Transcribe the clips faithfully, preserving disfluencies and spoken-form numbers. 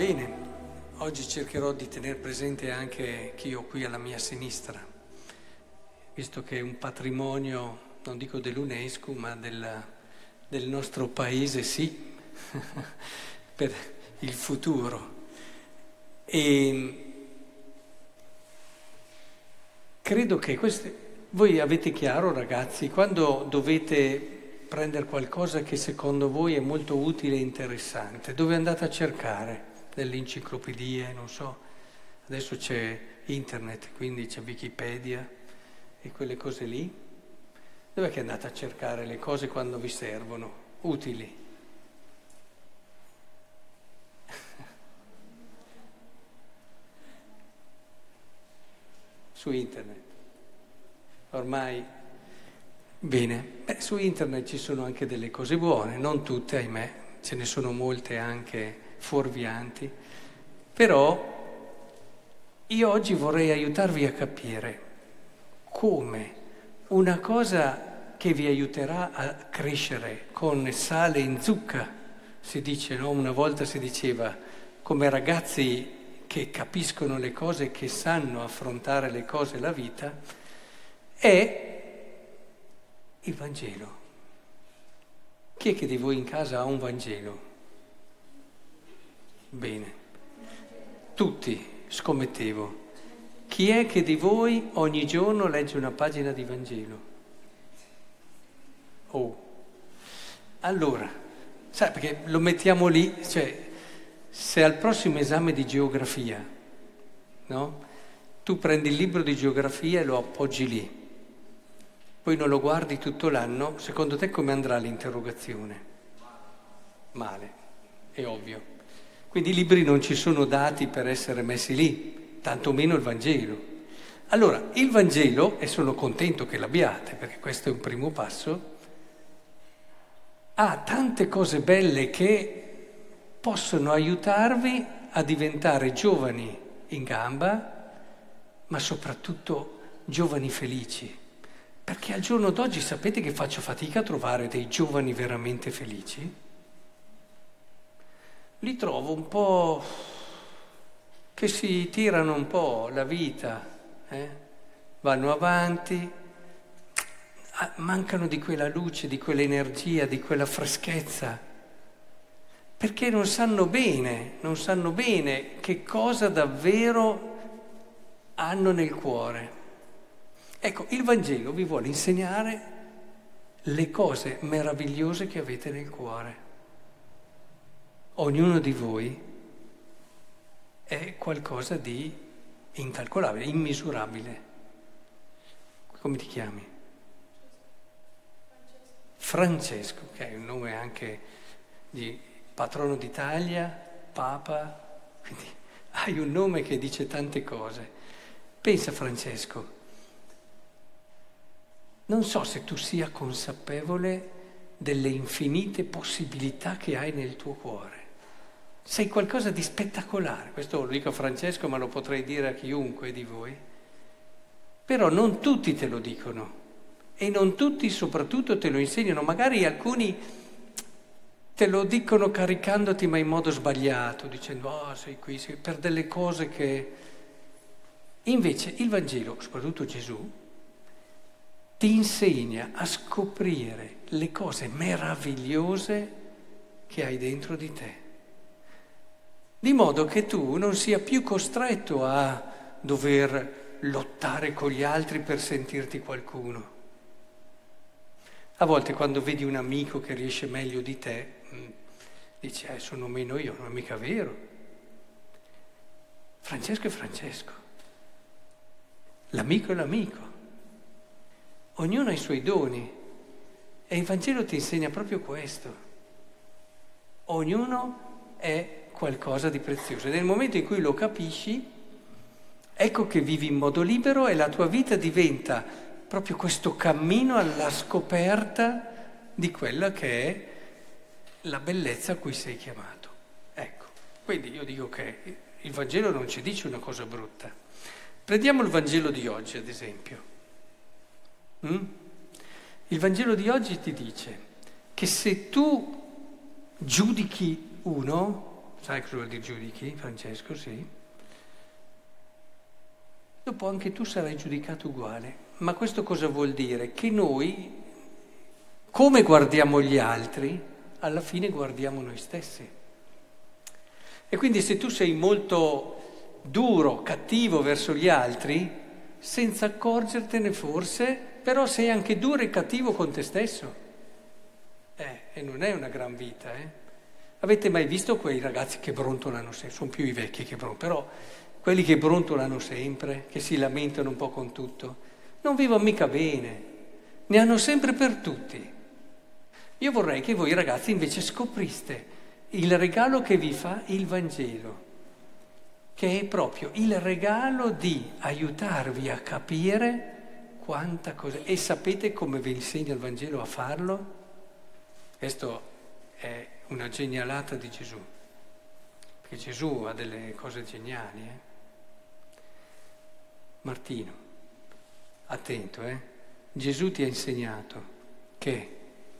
Bene, oggi cercherò di tenere presente anche chi ho qui alla mia sinistra, visto che è un patrimonio, non dico dell'UNESCO, ma del, del nostro paese, sì, per il futuro. E credo che queste... Voi avete chiaro, ragazzi, quando dovete prendere qualcosa che secondo voi è molto utile e interessante, dove andate a cercare? Delle enciclopedie, non so, adesso c'è internet, quindi c'è Wikipedia e quelle cose lì. Dov'è che andate a cercare le cose quando vi servono, utili? Su internet. Ormai, bene, beh, su internet ci sono anche delle cose buone, non tutte, ahimè, ce ne sono molte anche fuorvianti, però io oggi vorrei aiutarvi a capire come una cosa che vi aiuterà a crescere con sale in zucca, si dice, no? Una volta si diceva, come ragazzi che capiscono le cose, che sanno affrontare le cose, la vita, è il Vangelo. Chi è che di voi in casa ha un Vangelo? Bene, tutti, scommettevo. Chi è che di voi ogni giorno legge una pagina di Vangelo? Oh, allora, sai, perché lo mettiamo lì, cioè, se al prossimo esame di geografia, no? Tu prendi il libro di geografia e lo appoggi lì, poi non lo guardi tutto l'anno, secondo te come andrà l'interrogazione? Male, è ovvio. Quindi i libri non ci sono dati per essere messi lì, tantomeno il Vangelo. Allora, il Vangelo, e sono contento che l'abbiate, perché questo è un primo passo, ha tante cose belle che possono aiutarvi a diventare giovani in gamba, ma soprattutto giovani felici. Perché al giorno d'oggi sapete che faccio fatica a trovare dei giovani veramente felici? Li trovo un po' che si tirano un po' la vita, eh? Vanno avanti, mancano di quella luce, di quell'energia, di quella freschezza, perché non sanno bene, non sanno bene che cosa davvero hanno nel cuore. Ecco, il Vangelo vi vuole insegnare le cose meravigliose che avete nel cuore. Ognuno di voi è qualcosa di incalcolabile, immisurabile. Come ti chiami? Francesco, che è un nome anche di patrono d'Italia, Papa, quindi hai un nome che dice tante cose. Pensa, Francesco, non so se tu sia consapevole delle infinite possibilità che hai nel tuo cuore. Sei qualcosa di spettacolare, questo lo dico a Francesco, ma lo potrei dire a chiunque di voi. Però non tutti te lo dicono e non tutti soprattutto te lo insegnano, magari alcuni te lo dicono caricandoti ma in modo sbagliato, dicendo oh, sei qui, sei... per delle cose che... Invece il Vangelo, soprattutto Gesù, ti insegna a scoprire le cose meravigliose che hai dentro di te. Di modo che tu non sia più costretto a dover lottare con gli altri per sentirti qualcuno. A volte quando vedi un amico che riesce meglio di te, dici, eh, sono meno io, non è mica vero. Francesco è Francesco. L'amico è l'amico. Ognuno ha i suoi doni e il Vangelo ti insegna proprio questo. Ognuno è qualcosa di prezioso e nel momento in cui lo capisci, ecco che vivi in modo libero e la tua vita diventa proprio questo cammino alla scoperta di quella che è la bellezza a cui sei chiamato. Ecco, quindi io dico che il Vangelo non ci dice una cosa brutta. Prendiamo il Vangelo di oggi, ad esempio. Mm? Il Vangelo di oggi ti dice che se tu giudichi uno, sai cosa vuol dire giudichi, Francesco? Sì. Dopo anche tu sarai giudicato uguale. Ma questo cosa vuol dire? Che noi, come guardiamo gli altri, alla fine guardiamo noi stessi. E quindi se tu sei molto duro, cattivo verso gli altri, senza accorgertene forse, però sei anche duro e cattivo con te stesso. Eh, e non è una gran vita, eh. Avete mai visto quei ragazzi che brontolano sempre? Sono più i vecchi che brontolano, però quelli che brontolano sempre, che si lamentano un po' con tutto, non vivono mica bene, ne hanno sempre per tutti. Io vorrei che voi ragazzi invece scopriste il regalo che vi fa il Vangelo, che è proprio il regalo di aiutarvi a capire quanta cosa. E sapete come vi insegna il Vangelo a farlo? Questo è una genialata di Gesù, perché Gesù ha delle cose geniali. Eh? Martino, attento, eh? Gesù ti ha insegnato che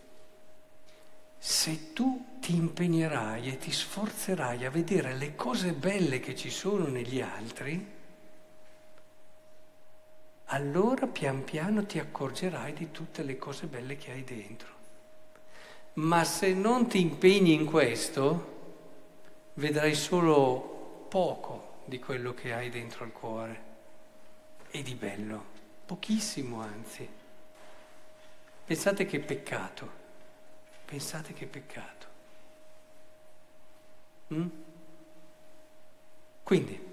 se tu ti impegnerai e ti sforzerai a vedere le cose belle che ci sono negli altri, allora pian piano ti accorgerai di tutte le cose belle che hai dentro. Ma se non ti impegni in questo, vedrai solo poco di quello che hai dentro al cuore. E di bello, pochissimo anzi. Pensate che peccato, pensate che peccato. Mm? Quindi,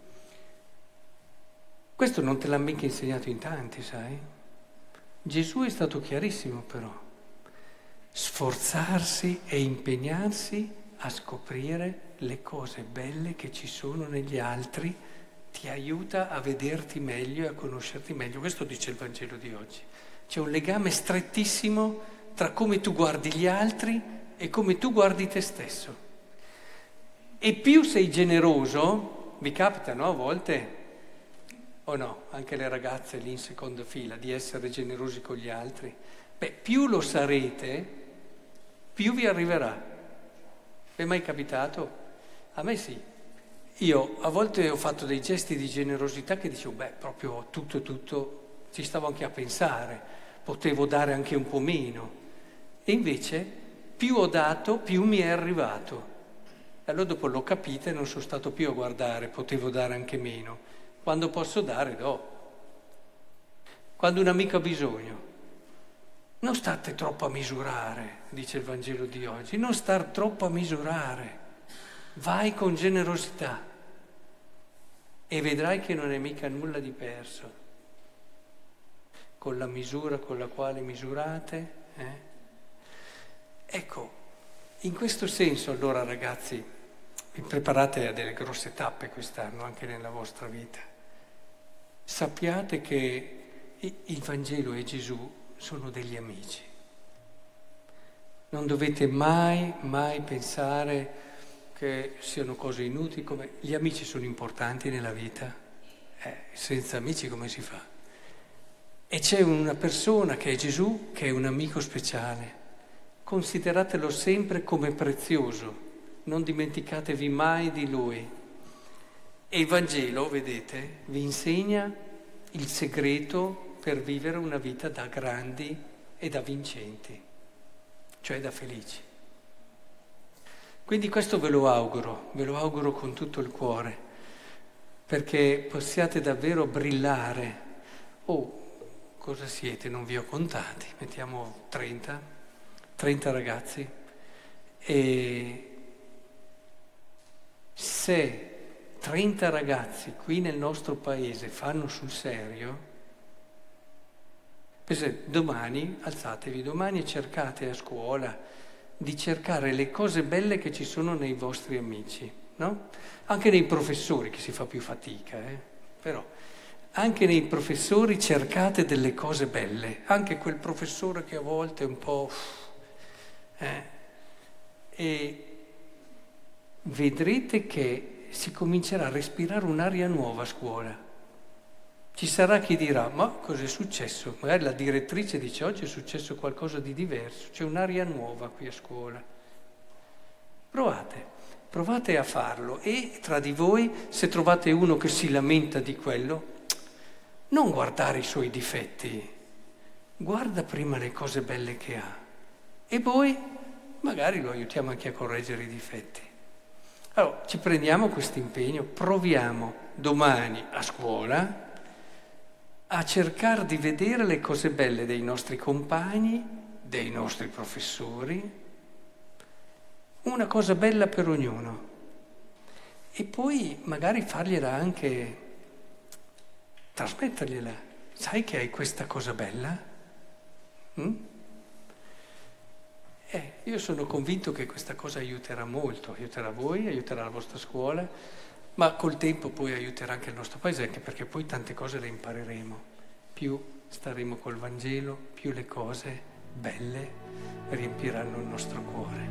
questo non te l'ha mica insegnato in tanti, sai? Gesù è stato chiarissimo però. Sforzarsi e impegnarsi a scoprire le cose belle che ci sono negli altri ti aiuta a vederti meglio e a conoscerti meglio. Questo dice il Vangelo di oggi. C'è un legame strettissimo tra come tu guardi gli altri e come tu guardi te stesso. E più sei generoso, vi capita, no, a volte, o no, anche le ragazze lì in seconda fila, di essere generosi con gli altri, beh, più lo sarete, più vi arriverà. Vi è mai capitato? A me sì. Io a volte ho fatto dei gesti di generosità che dicevo, beh, proprio tutto, tutto, ci stavo anche a pensare, potevo dare anche un po' meno. E invece, più ho dato, più mi è arrivato. E allora dopo l'ho capita e non sono stato più a guardare, potevo dare anche meno. Quando posso dare, do. Quando un amico ha bisogno. Non state troppo a misurare, dice il Vangelo di oggi, non star troppo a misurare. Vai con generosità e vedrai che non è mica nulla di perso. Con la misura con la quale misurate. Eh? Ecco, in questo senso allora ragazzi, vi preparate a delle grosse tappe quest'anno anche nella vostra vita. Sappiate che il Vangelo e Gesù sono degli amici. Non dovete mai, mai pensare che siano cose inutili, come gli amici sono importanti nella vita, eh, senza amici come si fa? E c'è una persona che è Gesù, che è un amico speciale, consideratelo sempre come prezioso, non dimenticatevi mai di Lui. E il Vangelo, vedete, vi insegna il segreto per vivere una vita da grandi e da vincenti, cioè da felici. Quindi questo ve lo auguro, ve lo auguro con tutto il cuore, perché possiate davvero brillare. Oh, cosa siete? Non vi ho contati, mettiamo trenta, trenta ragazzi. E se trenta ragazzi qui nel nostro paese fanno sul serio, pensate, domani, alzatevi, domani e cercate a scuola di cercare le cose belle che ci sono nei vostri amici, no? Anche nei professori, che si fa più fatica, eh? Però anche nei professori cercate delle cose belle, anche quel professore che a volte è un po'... Eh? E vedrete che si comincerà a respirare un'aria nuova a scuola. Ci sarà chi dirà, ma cos'è successo? Magari la direttrice dice, oggi è successo qualcosa di diverso, c'è un'aria nuova qui a scuola. Provate, provate a farlo e tra di voi, se trovate uno che si lamenta di quello, non guardare i suoi difetti, guarda prima le cose belle che ha e poi magari lo aiutiamo anche a correggere i difetti. Allora, ci prendiamo questo impegno, proviamo domani a scuola a cercare di vedere le cose belle dei nostri compagni, dei nostri professori, una cosa bella per ognuno. E poi magari fargliela anche, trasmettergliela. Sai che hai questa cosa bella? Mm? Eh, io sono convinto che questa cosa aiuterà molto, aiuterà voi, aiuterà la vostra scuola, ma col tempo poi aiuterà anche il nostro paese, anche perché poi tante cose le impareremo. Più staremo col Vangelo, più le cose belle riempiranno il nostro cuore.